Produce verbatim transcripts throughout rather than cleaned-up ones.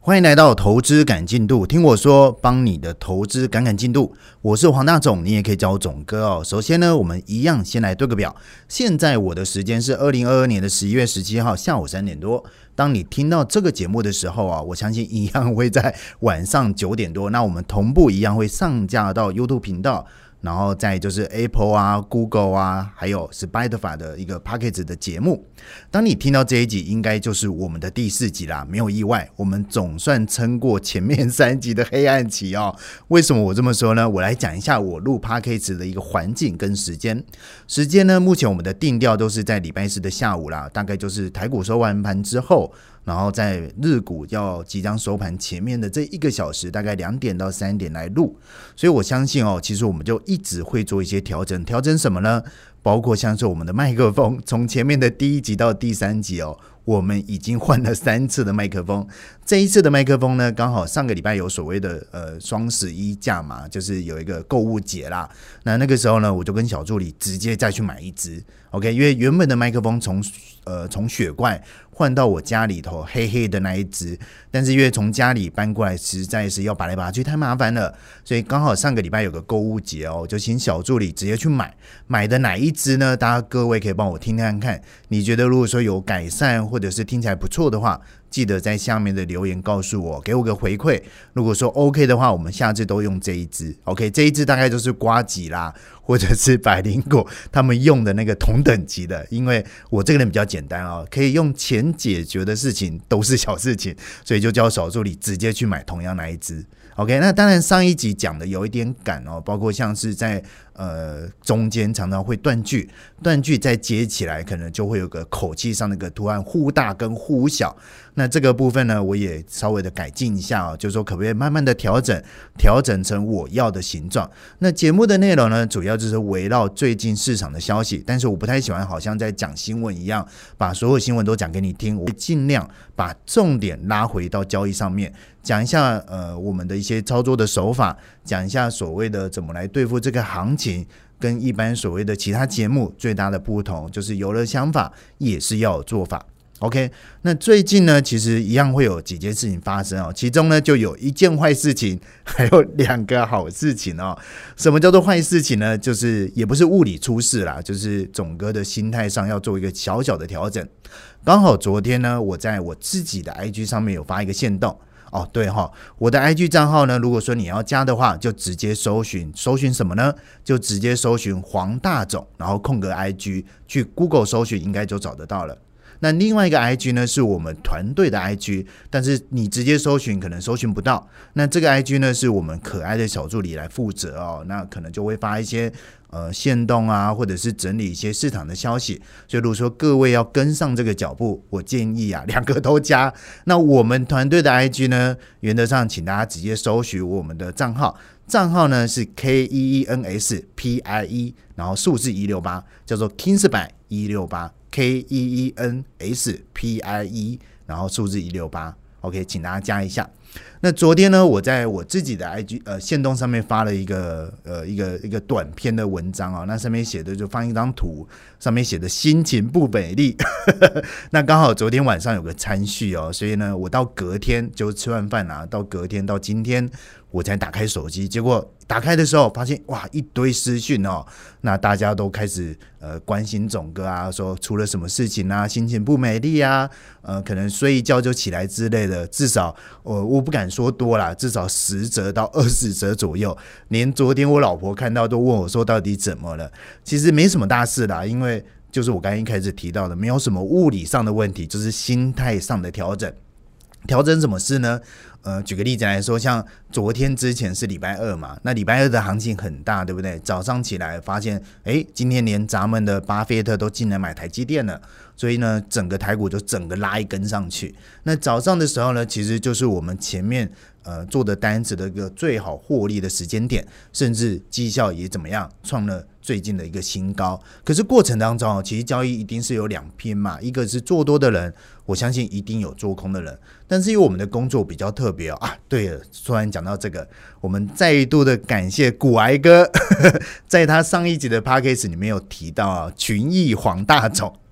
欢迎来到投资赶进度，听我说，帮你的投资赶赶进度。我是黄大总，你也可以叫我总哥哦。首先呢，我们一样先来对个表。现在我的时间是二零二二年的十一月十七号下午三点多。当你听到这个节目的时候啊，我相信一样会在晚上九点多。那我们同步一样会上架到 YouTube 频道。然后再就是 Apple 啊 Google 啊还有 Spotify 的一个 Podcast 的节目。当你听到这一集应该就是我们的第四集啦，没有意外我们总算撑过前面三集的黑暗期哦。为什么我这么说呢？我来讲一下我录 Podcast 的一个环境跟时间。时间呢，目前我们的定调都是在礼拜四的下午啦，大概就是台股收完盘之后，然后在日股要即将收盘前面的这一个小时，大概两点到三点来录。所以我相信哦，其实我们就一直会做一些调整。调整什么呢？包括像是我们的麦克风，从前面的第一集到第三集哦，我们已经换了三次的麦克风。这一次的麦克风呢，刚好上个礼拜有所谓的呃双十一价嘛，就是有一个购物节啦。那那个时候呢，我就跟小助理直接再去买一支 ，OK， 因为原本的麦克风从呃从雪怪换到我家里头黑黑的那一支，但是因为从家里搬过来实在是要拔来拔去太麻烦了，所以刚好上个礼拜有个购物节哦，就请小助理直接去买。买的哪一支呢？大家各位可以帮我听看看，你觉得如果说有改善或者是听起来不错的话，记得在下面的留言告诉我，给我个回馈。如果说 OK 的话，我们下次都用这一支 OK， 这一支大概就是呱吉啦或者是百灵果他们用的那个同等级的，因为我这个人比较简单哦，可以用钱解决的事情都是小事情，所以就叫小助理直接去买同样那一支 OK。 那当然上一集讲的有一点赶哦，包括像是在呃中间常常会断句，断句再接起来可能就会有个口气上的个图案忽大跟忽小，那这个部分呢我也稍微的改进一下哦，就是说可不可以慢慢的调整调整成我要的形状。那节目的内容呢主要就是围绕最近市场的消息，但是我不太喜欢好像在讲新闻一样把所有新闻都讲给你听，我会尽量把重点拉回到交易上面，讲一下呃我们的一些操作的手法，讲一下所谓的怎么来对付这个行情，跟一般所谓的其他节目最大的不同就是有了想法也是要有做法。 OK， 那最近呢其实一样会有几件事情发生哦，其中呢就有一件坏事情还有两个好事情哦。什么叫做坏事情呢？就是也不是物理出事啦，就是总哥的心态上要做一个小小的调整。刚好昨天呢我在我自己的 I G 上面有发一个限动哦，对哈、哦，我的 I G 账号呢，如果说你要加的话，就直接搜寻，搜寻什么呢？就直接搜寻黄大总，然后空格 I G， 去 Google 搜寻应该就找得到了。那另外一个 I G 呢，是我们团队的 I G， 但是你直接搜寻可能搜寻不到。那这个 I G 呢，是我们可爱的小助理来负责哦，那可能就会发一些呃限动啊，或者是整理一些市场的消息。所以如果说各位要跟上这个脚步，我建议啊，两个都加。那我们团队的 I G 呢，原则上请大家直接搜寻我们的账号，账号呢是 K E E N S P I E， 然后数字一六八，叫做 Kingsby 一六八。K E E N S P I E， 然后数字一六八 OK， 请大家加一下。那昨天呢我在我自己的 I G 呃限动上面发了一个呃一个一个短篇的文章哦，那上面写的就放一张图，上面写的心情不美丽那刚好昨天晚上有个餐叙哦，所以呢我到隔天就吃完饭啊，到隔天到今天我才打开手机，结果打开的时候发现哇一堆私讯哦，那大家都开始呃关心总哥啊，说出了什么事情啊，心情不美丽啊，呃可能睡一觉就起来之类的，至少呃我不敢说多啦，至少十则到二十则左右，连昨天我老婆看到都问我说到底怎么了。其实没什么大事啦，因为就是我刚才一开始提到的，没有什么物理上的问题，就是心态上的调整。调整什么事呢？呃，举个例子来说，像昨天之前是礼拜二嘛，那礼拜二的行情很大，对不对？早上起来发现，哎，今天连咱们的巴菲特都进来买台积电了，所以呢，整个台股就整个拉一根上去。那早上的时候呢，其实就是我们前面呃做的单子的一个最好获利的时间点，甚至绩效也怎么样，创了最近的一个新高。可是过程当中，其实交易一定是有两拼嘛，一个是做多的人，我相信一定有做空的人，但是因为我们的工作比较特别哦啊，对了，突然讲到这个，我们再度的感谢股癌哥，在他上一集的 Podcast 里面有提到啊，群益黄大总，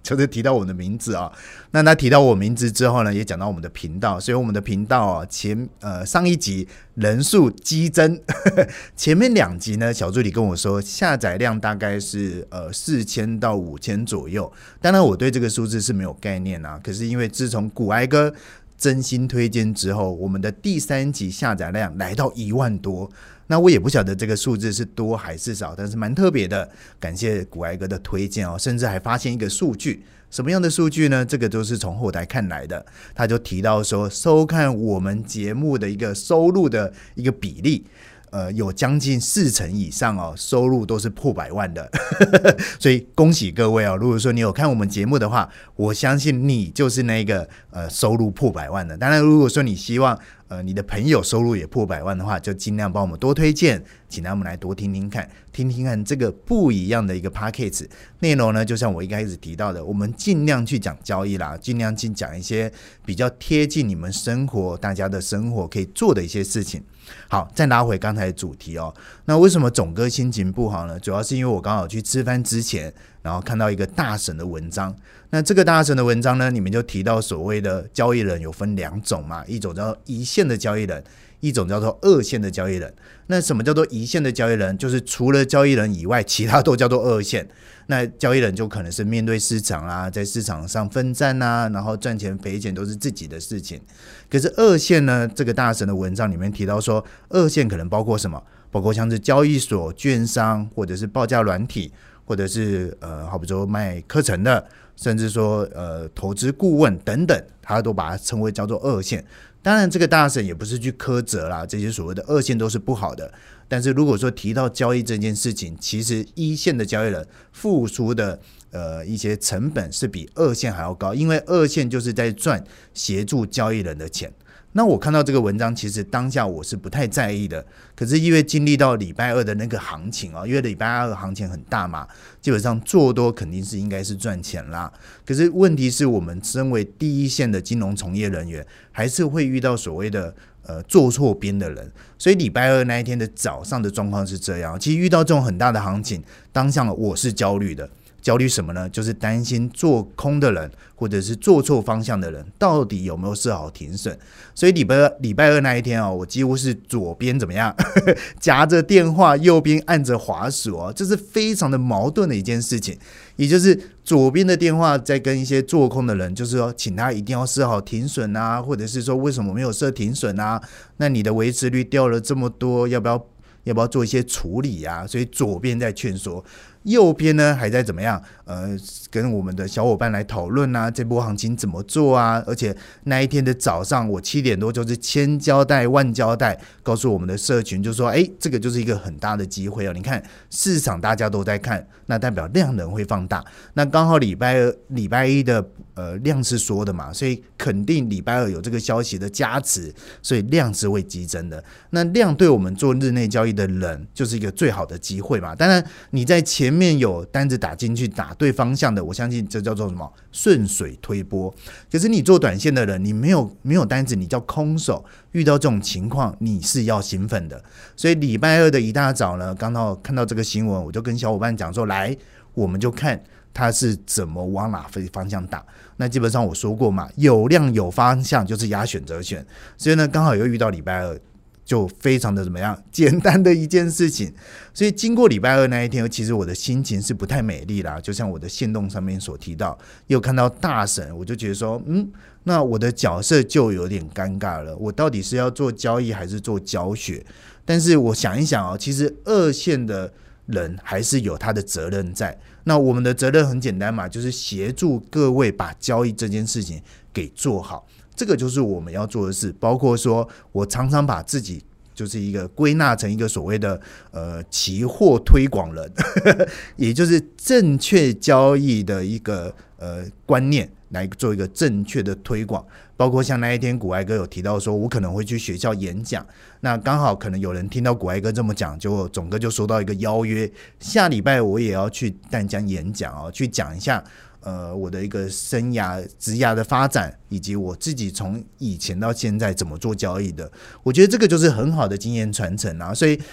就是提到我们的名字啊、哦。那他提到我名字之后呢，也讲到我们的频道，所以我们的频道啊、哦，前呃上一集人数激增，前面两集呢，小助理跟我说下载量大概是呃四千到五千左右。当然我对这个数字是没有概念啊，可是因为自从古埃哥真心推荐之后，我们的第三集下载量来到一万多。那我也不晓得这个数字是多还是少，但是蛮特别的，感谢古埃哥的推荐哦，甚至还发现一个数据，什么样的数据呢？这个都是从后台看来的，他就提到说收看我们节目的一个收入的一个比例，呃，有将近四成以上哦，收入都是破百万的，所以恭喜各位哦！如果说你有看我们节目的话，我相信你就是那个呃收入破百万的。当然，如果说你希望呃你的朋友收入也破百万的话，就尽量帮我们多推荐，请他们来多听听看，听听看这个不一样的一个 podcast 内容呢。就像我一开始提到的，我们尽量去讲交易啦，尽量去讲一些比较贴近你们生活、大家的生活可以做的一些事情。好，再拉回刚才的主题哦。那为什么总哥心情不好呢？主要是因为我刚好去吃饭之前，然后看到一个大神的文章。那这个大神的文章呢，里面就提到所谓的交易人有分两种嘛，一种叫一线的交易人，一种叫做二线的交易人。那什么叫做一线的交易人？就是除了交易人以外，其他都叫做二线。那交易人就可能是面对市场啊，在市场上奋战啊，然后赚钱赔钱都是自己的事情。可是二线呢，这个大神的文章里面提到说，二线可能包括什么？包括像是交易所、券商，或者是报价软体，或者是呃，好比说卖课程的，甚至说呃投资顾问等等，他都把它称为叫做二线。当然，这个大神也不是去苛责啦，这些所谓的二线都是不好的。但是如果说提到交易这件事情，其实一线的交易人付出的呃一些成本是比二线还要高，因为二线就是在赚协助交易人的钱。那我看到这个文章，其实当下我是不太在意的，可是因为经历到礼拜二的那个行情啊，因为礼拜二的行情很大嘛，基本上做多肯定是应该是赚钱啦。可是问题是我们身为第一线的金融从业人员，还是会遇到所谓的呃做错边的人，所以礼拜二那一天的早上的状况是这样。其实遇到这种很大的行情，当下我是焦虑的。焦虑什么呢？就是担心做空的人或者是做错方向的人到底有没有设好停损。所以礼拜二礼拜二那一天哦，我几乎是左边怎么样夹着电话，右边按着滑鼠哦，这是非常的矛盾的一件事情。也就是左边的电话在跟一些做空的人，就是说请他一定要设好停损啊，或者是说为什么没有设停损啊？那你的维持率掉了这么多，要不要要不要做一些处理啊？所以左边在劝说。右边呢还在怎么样？呃，跟我们的小伙伴来讨论啊，这波行情怎么做啊？而且那一天的早上，我七点多就是千交代万交代，告诉我们的社群，就说，哎，这个就是一个很大的机会哦。你看市场大家都在看，那代表量能会放大。那刚好礼拜二、礼拜一的呃量是缩的嘛，所以肯定礼拜二有这个消息的加持，所以量是会激增的。那量对我们做日内交易的人就是一个最好的机会嘛。当然你在前面有单子打进去打对方向的，我相信这叫做什么顺水推波。可是你做短线的人，你没有没有单子，你叫空手，遇到这种情况你是要兴奋的。所以礼拜二的一大早呢，刚好看到这个新闻，我就跟小伙伴讲说，来我们就看它是怎么往哪方向打。那基本上我说过嘛，有量有方向就是压选择选，所以呢刚好又遇到礼拜二，就非常的怎么样简单的一件事情。所以经过礼拜二那一天，其实我的心情是不太美丽啦，就像我的限动上面所提到，又看到大神，我就觉得说嗯，那我的角色就有点尴尬了，我到底是要做交易还是做教学？但是我想一想哦，其实二线的人还是有他的责任在。那我们的责任很简单嘛，就是协助各位把交易这件事情给做好，这个就是我们要做的事。包括说我常常把自己就是一个归纳成一个所谓的呃期货推广人也就是正确交易的一个呃观念来做一个正确的推广。包括像那一天古埃哥有提到说我可能会去学校演讲，那刚好可能有人听到古埃哥这么讲，就总哥就收到一个邀约，下礼拜我也要去淡江演讲哦，去讲一下呃我的一个生涯职涯的发展，以及我自己从以前到现在怎么做交易的。我觉得这个就是很好的经验传承啊。所以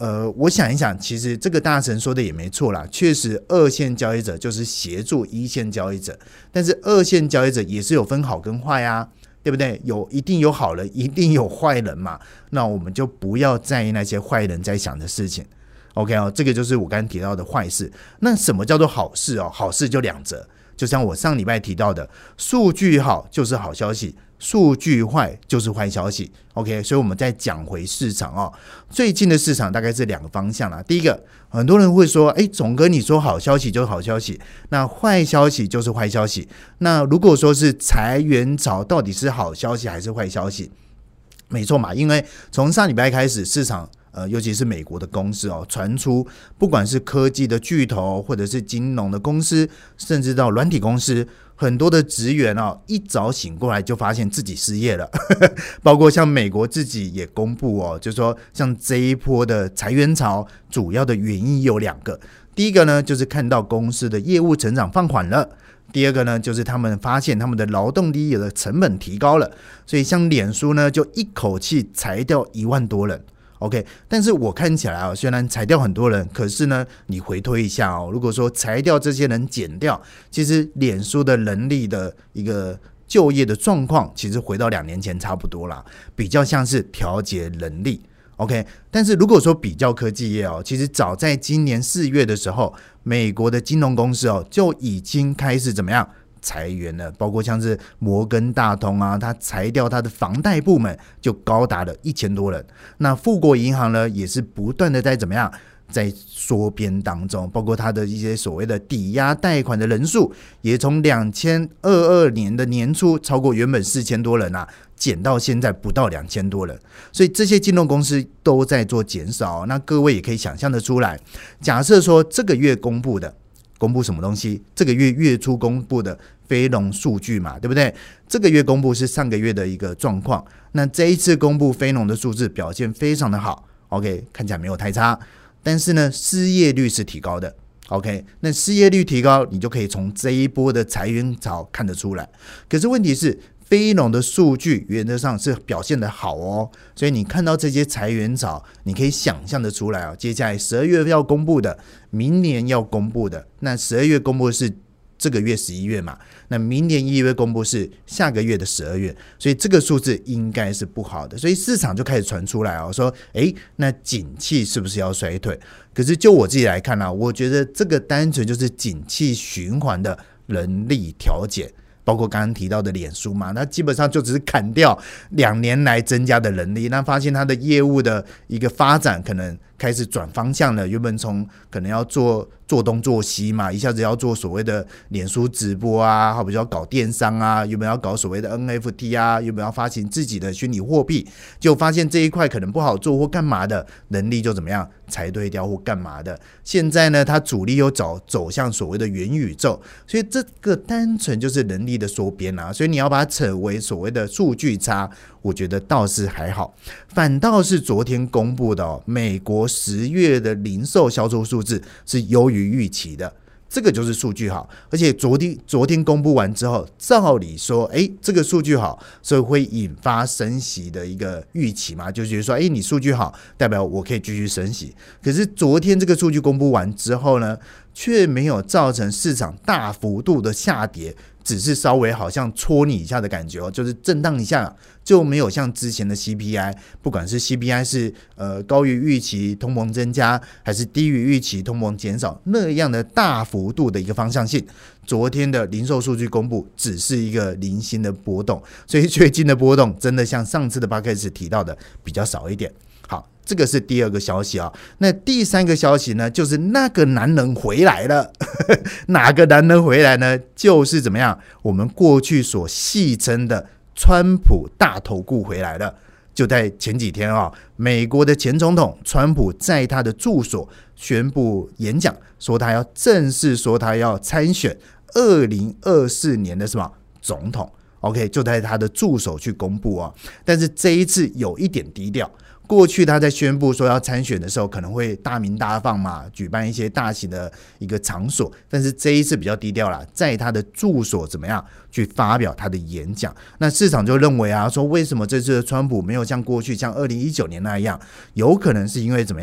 呃，我想一想，其实这个大神说的也没错啦，确实二线交易者就是协助一线交易者，但是二线交易者也是有分好跟坏啊，对不对？有一定有好人，一定有坏人嘛，那我们就不要在意那些坏人在想的事情。OK 哦，这个就是我刚刚提到的坏事。那什么叫做好事哦？好事就两则，就像我上礼拜提到的，数据好就是好消息，数据坏就是坏消息。OK， 所以我们再讲回市场哦，最近的市场大概是两个方向啦。第一个，很多人会说，哎，总哥你说好消息就是好消息，那坏消息就是坏消息。那如果说是裁员潮，到底是好消息还是坏消息？没错嘛，因为从上礼拜开始，市场呃，尤其是美国的公司哦，传出不管是科技的巨头，或者是金融的公司，甚至到软体公司，很多的职员哦，一早醒过来就发现自己失业了，包括像美国自己也公布哦，就是说像这一波的裁员潮，主要的原因有两个，第一个呢，就是看到公司的业务成长放缓了。第二个呢，就是他们发现他们的劳动力的成本提高了，所以像脸书呢，就一口气裁掉一万多人。OK， 但是我看起来啊，虽然裁掉很多人，可是呢，你回推一下哦，如果说裁掉这些人减掉，其实脸书的人力的一个就业的状况，其实回到两年前差不多啦，比较像是调节人力。OK， 但是如果说比较科技业哦，其实早在今年四月的时候，美国的金融公司哦就已经开始怎么样？裁员了，包括像是摩根大通啊，他裁掉他的房贷部门就高达了一千多人。那富国银行呢，也是不断的在怎么样，在缩编当中，包括他的一些所谓的抵押贷款的人数，也从两千二二年的年初超过原本四千多人啊，减到现在不到两千多人。所以这些金融公司都在做减少。那各位也可以想象得出来，假设说这个月公布的。公布什么东西？这个月月初公布的非农数据嘛，对不对？这个月公布是上个月的一个状况，那这一次公布非农的数字表现非常的好 ，OK， 看起来没有太差，但是呢，失业率是提高的 ，OK， 那失业率提高，你就可以从这一波的裁员潮看得出来。可是问题是，非农的数据原则上是表现的好哦，所以你看到这些裁员潮，你可以想象的出来哦。接下来十二月要公布的，明年要公布的，那十二月公布的是这个月十一月嘛，那明年一月公布是下个月的十二月，所以这个数字应该是不好的，所以市场就开始传出来哦，说诶，那景气是不是要衰退？可是就我自己来看啊，我觉得这个单纯就是景气循环的人力调节。包括刚刚提到的脸书嘛，那基本上就只是砍掉两年来增加的人力，那发现它的业务的一个发展可能开始转方向了，原本从可能要做做东做西嘛，一下子要做所谓的脸书直播啊，好比要搞电商啊，原本要搞所谓的 N F T 啊，原本要发行自己的虚拟货币，就发现这一块可能不好做或干嘛的，人力就怎么样裁退掉或干嘛的。现在呢，它主力又走走向所谓的元宇宙，所以这个单纯就是人力的缩编啊，所以你要把它扯为所谓的数据差，我觉得倒是还好，反倒是昨天公布的哦，美国十月的零售销售数字是优于预期的。这个就是数据好，而且昨天昨天公布完之后，照理说，哎，这个数据好，所以会引发升息的一个预期嘛，就觉得说，哎，你数据好，代表我可以继续升息。可是昨天这个数据公布完之后呢，却没有造成市场大幅度的下跌，只是稍微好像戳你一下的感觉哦，就是震荡一下，就没有像之前的 C P I， 不管是 C P I 是呃高于预期通膨增加，还是低于预期通膨减少那样的大幅度的一个方向性。昨天的零售数据公布只是一个零星的波动，所以最近的波动真的像上次的 podcast 提到的比较少一点。好，这个是第二个消息啊、哦。那第三个消息呢，就是那个男人回来了。哪个男人回来呢？就是怎么样，我们过去所戏称的川普大投顾回来了。就在前几天啊、哦，美国的前总统川普在他的住所宣布演讲，说他要正式说他要参选二零二四年的什么总统。OK， 就在他的助手去公布啊、哦，但是这一次有一点低调。过去他在宣布说要参选的时候，可能会大鸣大放嘛，举办一些大型的一个场所，但是这一次比较低调啦，在他的住所怎么样去发表他的演讲。那市场就认为啊，说为什么这次的川普没有像过去像二零一九年那样，有可能是因为怎么样，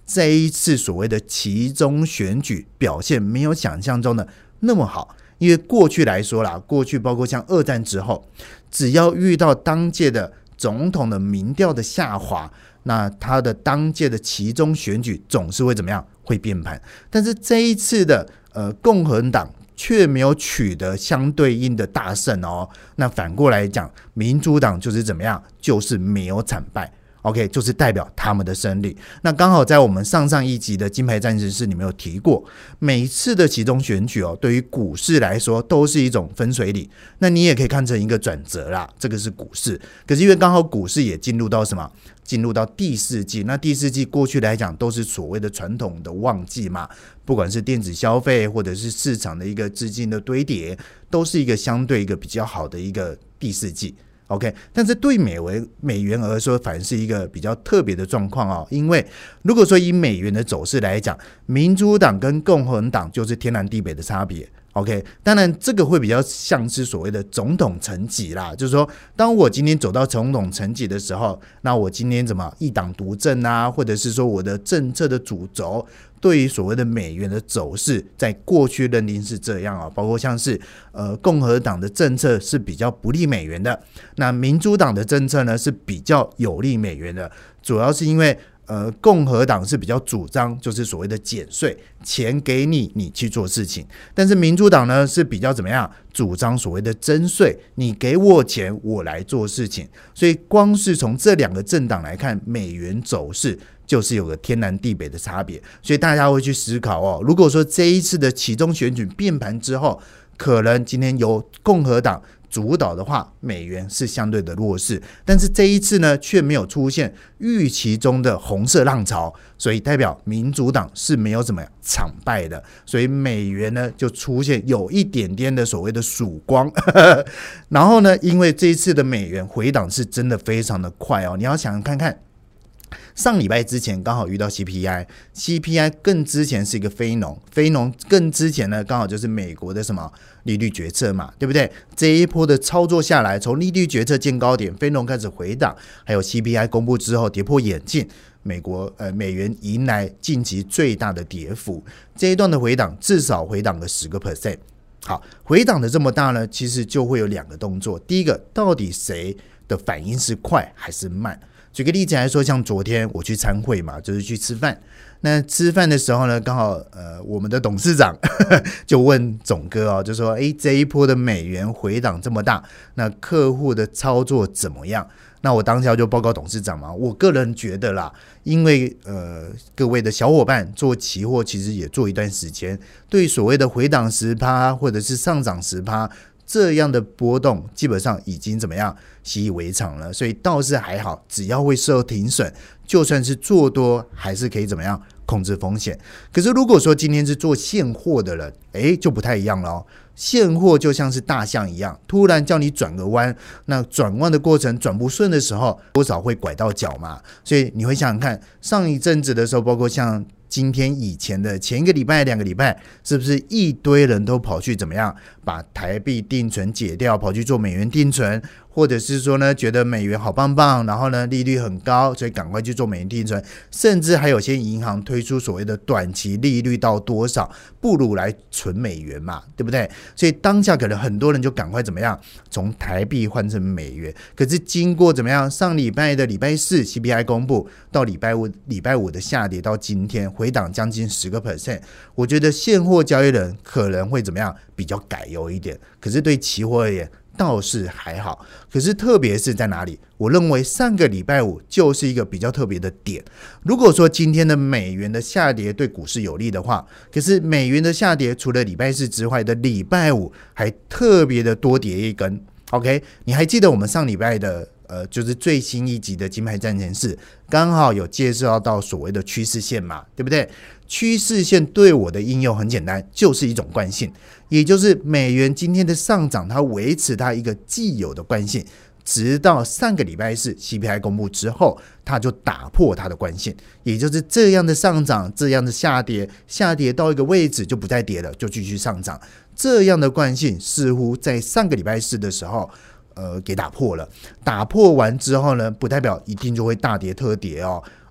这一次所谓的期中选举表现没有想象中的那么好，因为过去来说啦，过去包括像二战之后，只要遇到当届的总统的民调的下滑，那他的当届的期中选举总是会怎么样？会变盘。但是这一次的呃共和党却没有取得相对应的大胜哦。那反过来讲，民主党就是怎么样？就是没有惨败。OK， 就是代表他们的胜利。那刚好在我们上上一集的金牌战士室里面有提过，每次的期中选举哦，对于股市来说都是一种分水岭。那你也可以看成一个转折啦，这个是股市。可是因为刚好股市也进入到什么？进入到第四季。那第四季过去来讲都是所谓的传统的旺季嘛，不管是电子消费或者是市场的一个资金的堆叠，都是一个相对一个比较好的一个第四季。OK， 但是对美元美元而说，反而是一个比较特别的状况哦。因为如果说以美元的走势来讲，民主党跟共和党就是天南地北的差别。OK， 当然这个会比较像是所谓的总统层级啦，就是说，当我今天走到总统层级的时候，那我今天怎么一党独政啊，或者是说我的政策的主轴，对于所谓的美元的走势，在过去认定是这样啊，包括像是呃共和党的政策是比较不利美元的，那民主党的政策呢是比较有利美元的，主要是因为。呃，共和党是比较主张就是所谓的减税，钱给你，你去做事情。但是民主党呢是比较怎么样？主张所谓的征税，你给我钱，我来做事情。所以光是从这两个政党来看，美元走势就是有个天南地北的差别。所以大家会去思考哦，如果说这一次的期中选举变盘之后，可能今天由共和党主导的话，美元是相对的弱势，但是这一次呢，却没有出现预期中的红色浪潮，所以代表民主党是没有怎么惨败的，所以美元呢就出现有一点点的所谓的曙光。然后呢，因为这一次的美元回档是真的非常的快哦，你要想看看。上礼拜之前刚好遇到 C P I， C P I 更之前是一个非农，非农更之前呢刚好就是美国的什么利率决策嘛，对不对？这一波的操作下来，从利率决策见高点，非农开始回档，还有 C P I 公布之后跌破眼镜，美国呃美元迎来近期最大的跌幅，这一段的回档至少回档个 百分之十。好，回档的这么大呢，其实就会有两个动作，第一个，到底谁的反应是快还是慢？举个例子来说，像昨天我去参会嘛，就是去吃饭。那吃饭的时候呢，刚好呃，我们的董事长就问总哥哦，就说：“哎，这一波的美元回档这么大，那客户的操作怎么样？”那我当下就报告董事长嘛，我个人觉得啦，因为呃，各位的小伙伴做期货其实也做一段时间，对所谓的回档 百分之十 或者是上涨 百分之十。这样的波动基本上已经怎么样习以为常了，所以倒是还好，只要会设停损，就算是做多还是可以怎么样控制风险。可是如果说今天是做现货的人，诶，就不太一样了哦。现货就像是大象一样，突然叫你转个弯，那转弯的过程转不顺的时候，多少会拐到脚嘛。所以你会想想看，上一阵子的时候，包括像今天以前的前一个礼拜两个礼拜，是不是一堆人都跑去怎么样把台币定存解掉，跑去做美元定存，或者是说呢觉得美元好棒棒，然后呢利率很高，所以赶快去做美元定存，甚至还有些银行推出所谓的短期利率到多少不如来存美元嘛，对不对？所以当下可能很多人就赶快怎么样从台币换成美元。可是经过怎么样上礼拜的礼拜四 C P I 公布到礼拜五礼拜五的下跌到今天回档将近 百分之十， 我觉得现货交易人可能会怎么样比较改优一点，可是对期货而言倒是还好。可是特别是在哪里？我认为上个礼拜五就是一个比较特别的点。如果说今天的美元的下跌对股市有利的话，可是美元的下跌除了礼拜四之外的礼拜五还特别的多跌一根。 OK， 你还记得我们上礼拜的呃，就是最新一集的金牌战前室刚好有介绍到所谓的趋势线嘛，对不对？趋势线对我的应用很简单，就是一种惯性，也就是美元今天的上涨，它维持它一个既有的惯性，直到上个礼拜四 C P I 公布之后，它就打破它的惯性，也就是这样的上涨，这样的下跌，下跌到一个位置就不再跌了，就继续上涨，这样的惯性似乎在上个礼拜四的时候呃，给打破了。打破完之后呢，不代表一定就会大跌特跌哦，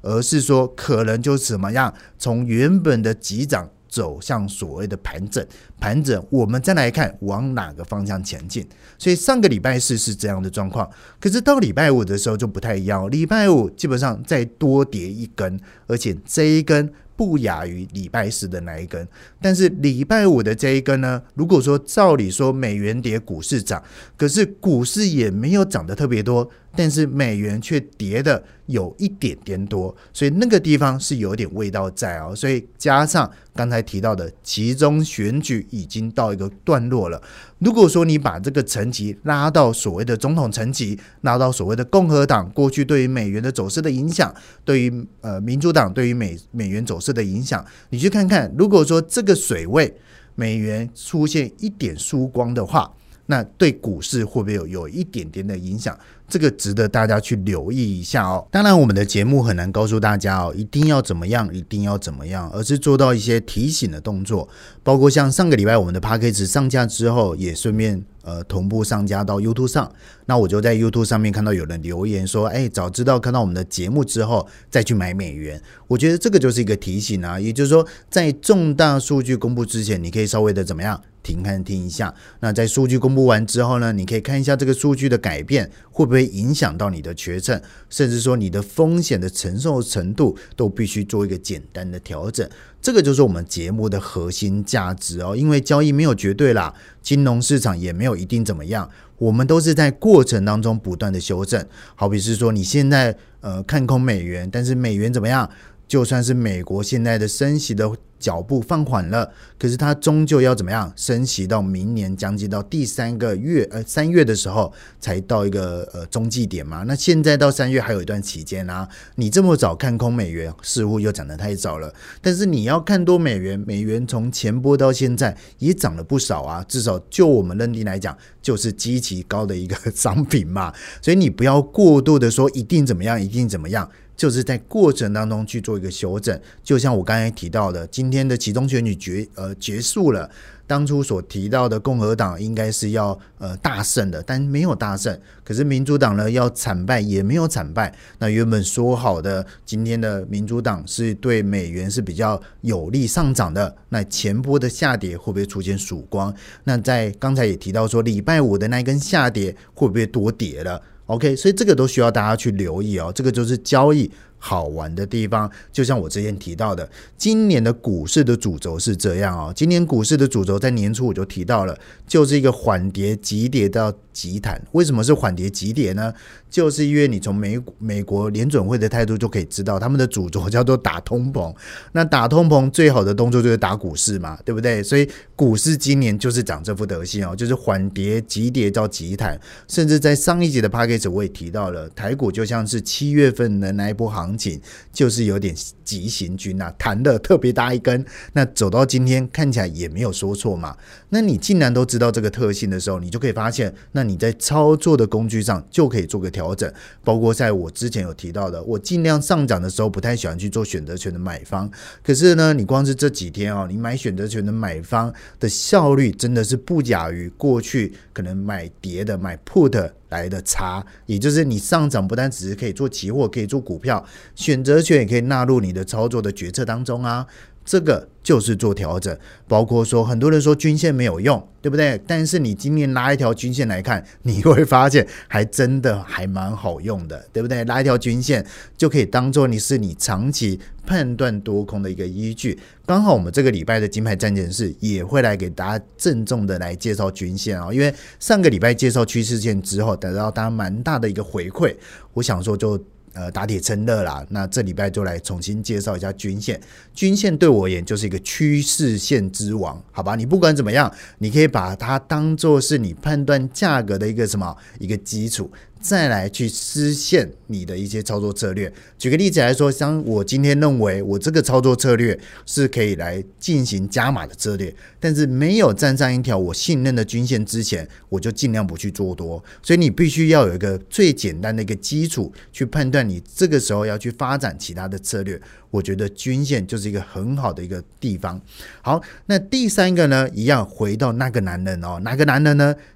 而是说可能就是怎么样从原本的急涨走向所谓的盘整，盘整我们再来看往哪个方向前进。所以上个礼拜四是这样的状况，可是到礼拜五的时候就不太一样，礼拜五基本上再多跌一根，而且这一根不亚于礼拜四的那一根。但是礼拜五的这一根呢，如果说照理说美元跌股市涨，可是股市也没有涨得特别多，但是美元却跌的有一点点多，所以那个地方是有点味道在哦。所以加上刚才提到的期中选举已经到一个段落了，如果说你把这个层级拉到所谓的总统层级，拉到所谓的共和党过去对于美元的走势的影响，对于呃民主党对于美美元走势的影响，你去看看，如果说这个水位美元出现一点输光的话，那对股市会不会有有一点点的影响？这个值得大家去留意一下哦。当然我们的节目很难告诉大家哦，一定要怎么样一定要怎么样，而是做到一些提醒的动作，包括像上个礼拜我们的 Podcast 上架之后，也顺便呃同步上架到 YouTube 上。那我就在 YouTube 上面看到有人留言说，哎，早知道看到我们的节目之后再去买美元。我觉得这个就是一个提醒啊，也就是说在重大数据公布之前，你可以稍微的怎么样停看听一下，那在数据公布完之后呢，你可以看一下这个数据的改变会不会影响到你的决策，甚至说你的风险的承受程度都必须做一个简单的调整。这个就是我们节目的核心价值哦，因为交易没有绝对啦，金融市场也没有一定怎么样，我们都是在过程当中不断的修正。好比是说你现在呃看空美元，但是美元怎么样？就算是美国现在的升息的脚步放缓了，可是它终究要怎么样升息到明年将近到第三个月呃三月的时候才到一个呃中继点嘛，那现在到三月还有一段期间啊，你这么早看空美元似乎又涨得太早了，但是你要看多美元，美元从前波到现在也涨了不少啊，至少就我们认定来讲就是极其高的一个商品嘛，所以你不要过度的说一定怎么样一定怎么样，就是在过程当中去做一个修正。就像我刚才提到的，今天的期中选举结呃结束了，当初所提到的共和党应该是要呃大胜的，但没有大胜，可是民主党呢要惨败也没有惨败。那原本说好的今天的民主党是对美元是比较有利上涨的，那前波的下跌会不会出现曙光？那在刚才也提到说礼拜五的那一根下跌会不会多跌了？OK， 所以这个都需要大家去留意哦，这个就是交易好玩的地方。就像我之前提到的，今年的股市的主轴是这样哦，今年股市的主轴在年初我就提到了，就是一个缓跌急跌到急弹。为什么是缓跌急跌呢？就是因为你从美美国联准会的态度就可以知道，他们的主轴叫做打通膨，那打通膨最好的动作就是打股市嘛，对不对？所以股市今年就是长这副德性哦，就是缓跌急跌到急弹。甚至在上一集的 Podcast 我也提到了，台股就像是七月份的那一波行情，就是有点急行军啊，弹的特别大一根，那走到今天看起来也没有说错嘛。那你既然都知道这个特性的时候，你就可以发现，那你在操作的工具上就可以做个调整。包括在我之前有提到的，我尽量上涨的时候不太喜欢去做选择权的买方，可是呢，你光是这几天哦，你买选择权的买方的效率真的是不亚于过去可能买跌的买 put 来的差，也就是你上涨不但只是可以做期货，可以做股票，选择权也可以纳入你的操作的决策当中啊。这个就是做调整，包括说很多人说均线没有用，对不对？但是你今年拉一条均线来看，你会发现还真的还蛮好用的，对不对？拉一条均线就可以当做你是你长期判断多空的一个依据。刚好我们这个礼拜的金牌战检视也会来给大家郑重的来介绍均线哦，因为上个礼拜介绍趋势线之后得到大家蛮大的一个回馈，我想说就呃，打铁趁热啦，那这礼拜就来重新介绍一下均线。均线对我而言就是一个趋势线之王，好吧？你不管怎么样，你可以把它当作是你判断价格的一个什么一个基础，再来去实现你的一些操作策略。举个例子来说，像我今天认为我这个操作策略是可以来进行加码的策略，但是没有站上一条我信任的均线之前，我就尽量不去做多。所以你必须要有一个最简单的一个基础去判断你这个时候要去发展其他的策略，我觉得均线就是一个很好的一个地方。好，那第三个呢，一样回到那个男人哦，哪个男人呢？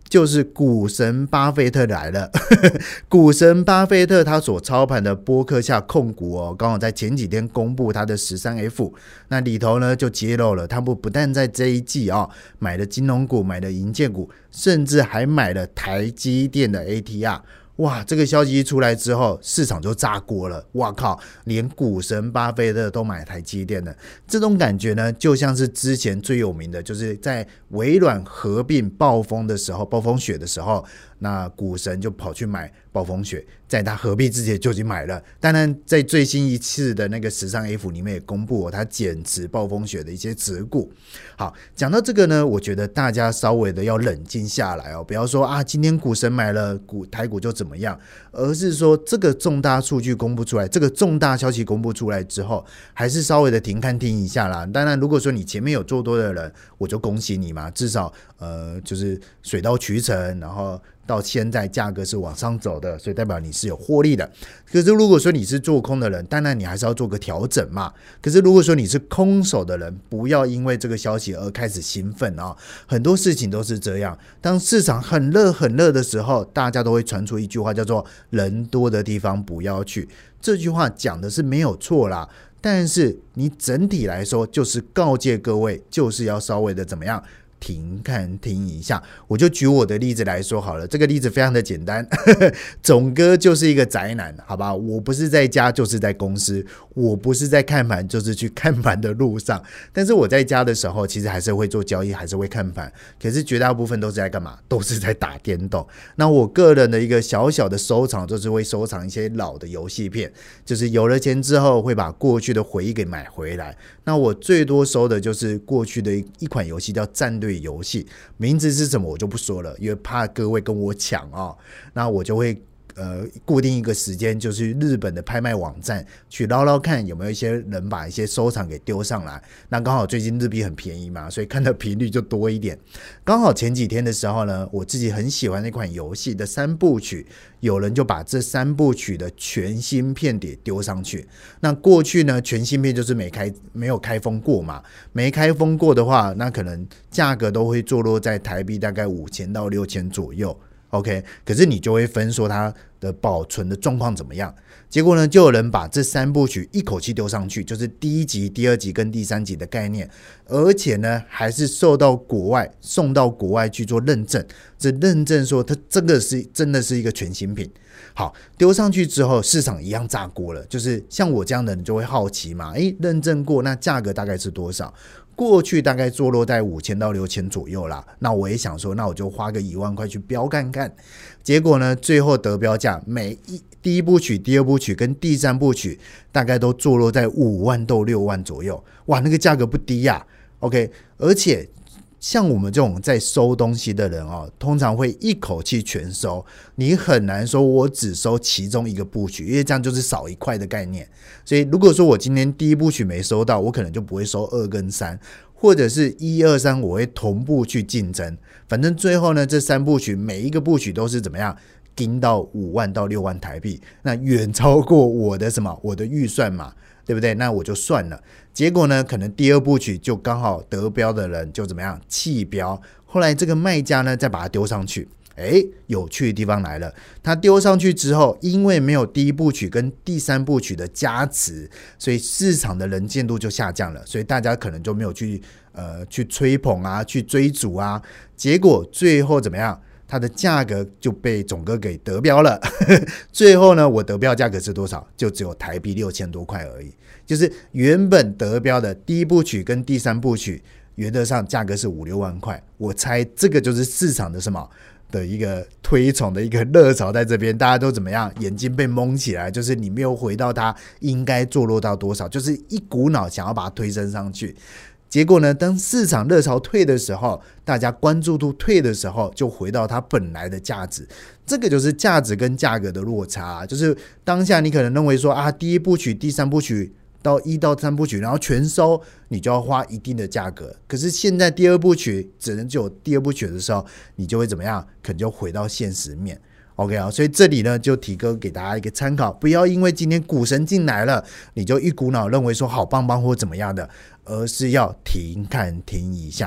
就是股神巴菲特来了股神巴菲特他所操盘的波克夏控股哦，刚好在前几天公布他的 十三 F， 那里头呢就揭露了他们不但在这一季哦买了金融股，买了营建股，甚至还买了台积电的 A T R。哇，这个消息一出来之后，市场就炸锅了。哇靠，连股神巴菲特都买台积电了，这种感觉呢，就像是之前最有名的，就是在微软合并暴风的时候，暴风雪的时候，那股神就跑去买暴风雪，在他合并之前就已经买了。当然，在最新一次的那个十三 F 里面也公布、哦、他减持暴风雪的一些持股。好，讲到这个呢，我觉得大家稍微的要冷静下来哦，不要说啊，今天股神买了股台股就怎么样，而是说这个重大数据公布出来，这个重大消息公布出来之后，还是稍微的停看听一下啦。当然，如果说你前面有做多的人，我就恭喜你嘛，至少呃就是水到渠成，然后到现在价格是往上走的，所以代表你是有获利的。可是如果说你是做空的人，当然你还是要做个调整嘛。可是如果说你是空手的人，不要因为这个消息而开始兴奋啊、哦！很多事情都是这样，当市场很热很热的时候，大家都会传出一句话叫做人多的地方不要去。这句话讲的是没有错啦，但是你整体来说就是告诫各位，就是要稍微的怎么样停看听一下。我就举我的例子来说好了，这个例子非常的简单总哥就是一个宅男，好吧，我不是在家就是在公司，我不是在看盘就是去看盘的路上，但是我在家的时候其实还是会做交易，还是会看盘，可是绝大部分都是在干嘛？都是在打电动。那我个人的一个小小的收藏就是会收藏一些老的游戏片，就是有了钱之后会把过去的回忆给买回来。那我最多收的就是过去的一款游戏叫战队游戏，名字是什么我就不说了，因为怕各位跟我抢哦。那我就会呃固定一个时间，就是日本的拍卖网站去捞捞看有没有一些人把一些收藏给丢上来。那刚好最近日币很便宜嘛，所以看的频率就多一点。刚好前几天的时候呢，我自己很喜欢那款游戏的三部曲，有人就把这三部曲的全新片给丢上去。那过去呢，全新片就是没开没有开封过嘛，没开封过的话，那可能价格都会坐落在台币大概五千到六千左右。OK， 可是你就会分说它的保存的状况怎么样。结果呢，就有人把这三部曲一口气丢上去，就是第一集、第二集跟第三集的概念，而且呢，还是受到国外送到国外去做认证，这认证说它这个是真的是一个全新品。好，丢上去之后，市场一样炸锅了。就是像我这样的人就会好奇嘛，诶，认证过，那价格大概是多少？过去大概坐落在五千到六千左右啦，那我也想说，那我就花个一万块去标看看。结果呢，最后得标价每一第一部曲、第二部曲跟第三部曲大概都坐落在五万到六万左右，哇，那个价格不低呀、啊。OK， 而且像我们这种在收东西的人哦，通常会一口气全收，你很难说我只收其中一个部曲，因为这样就是少一块的概念。所以如果说我今天第一部曲没收到，我可能就不会收二跟三，或者是一二三我会同步去竞争。反正最后呢，这三部曲每一个部曲都是怎么样盯到五万到六万台币，那远超过我的什么我的预算嘛，对不对？那我就算了。结果呢，可能第二部曲就刚好得标的人就怎么样弃标，后来这个卖家呢再把它丢上去。诶，有趣的地方来了，他丢上去之后，因为没有第一部曲跟第三部曲的加持，所以市场的能见度就下降了，所以大家可能就没有去呃去吹捧啊，去追逐啊，结果最后怎么样？它的价格就被总哥给得标了最后呢，我得标价格是多少？就只有台币六千多块而已。就是原本得标的第一部曲跟第三部曲，原则上价格是五六万块。我猜这个就是市场的什么的一个推崇的一个热潮在这边，大家都怎么样？眼睛被蒙起来，就是你没有回到它应该坐落到多少，就是一股脑想要把它推升上去。结果呢，当市场热潮退的时候，大家关注度退的时候，就回到它本来的价值。这个就是价值跟价格的落差、啊、就是当下你可能认为说啊，第一部曲、第三部曲到一到三部曲，然后全收，你就要花一定的价格。可是现在第二部曲只能只有第二部曲的时候，你就会怎么样？可能就回到现实面。OK 啊，所以这里呢就提供给大家一个参考，不要因为今天股神进来了，你就一股脑认为说好棒棒或怎么样的，而是要停看停一下。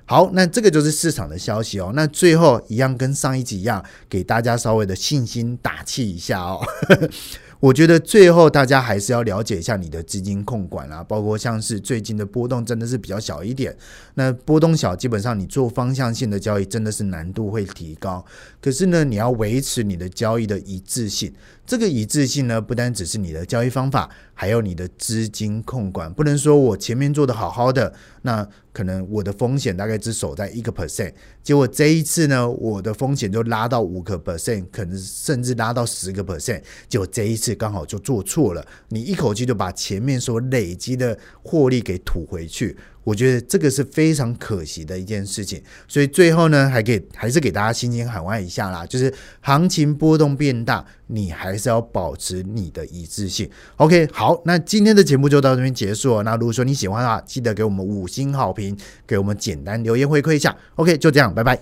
好，那这个就是市场的消息哦。那最后一样跟上一集一样，给大家稍微的信心打气一下哦。我觉得最后大家还是要了解一下你的资金控管啊，包括像是最近的波动真的是比较小一点，那波动小基本上你做方向性的交易真的是难度会提高，可是呢你要维持你的交易的一致性，这个一致性呢不单只是你的交易方法，还有你的资金控管，不能说我前面做的好好的，那可能我的风险大概只守在一个 percent， 结果这一次呢我的风险就拉到五个 percent， 可能甚至拉到十个 percent， 结果这一次刚好就做错了，你一口气就把前面所累积的获利给吐回去，我觉得这个是非常可惜的一件事情。所以最后呢还给还是给大家轻轻喊话一下啦，就是行情波动变大，你还是要保持你的一致性。 OK， 好，那今天的节目就到这边结束了。那如果说你喜欢的话，记得给我们五星好评，给我们简单留言回馈一下。 OK， 就这样，拜拜。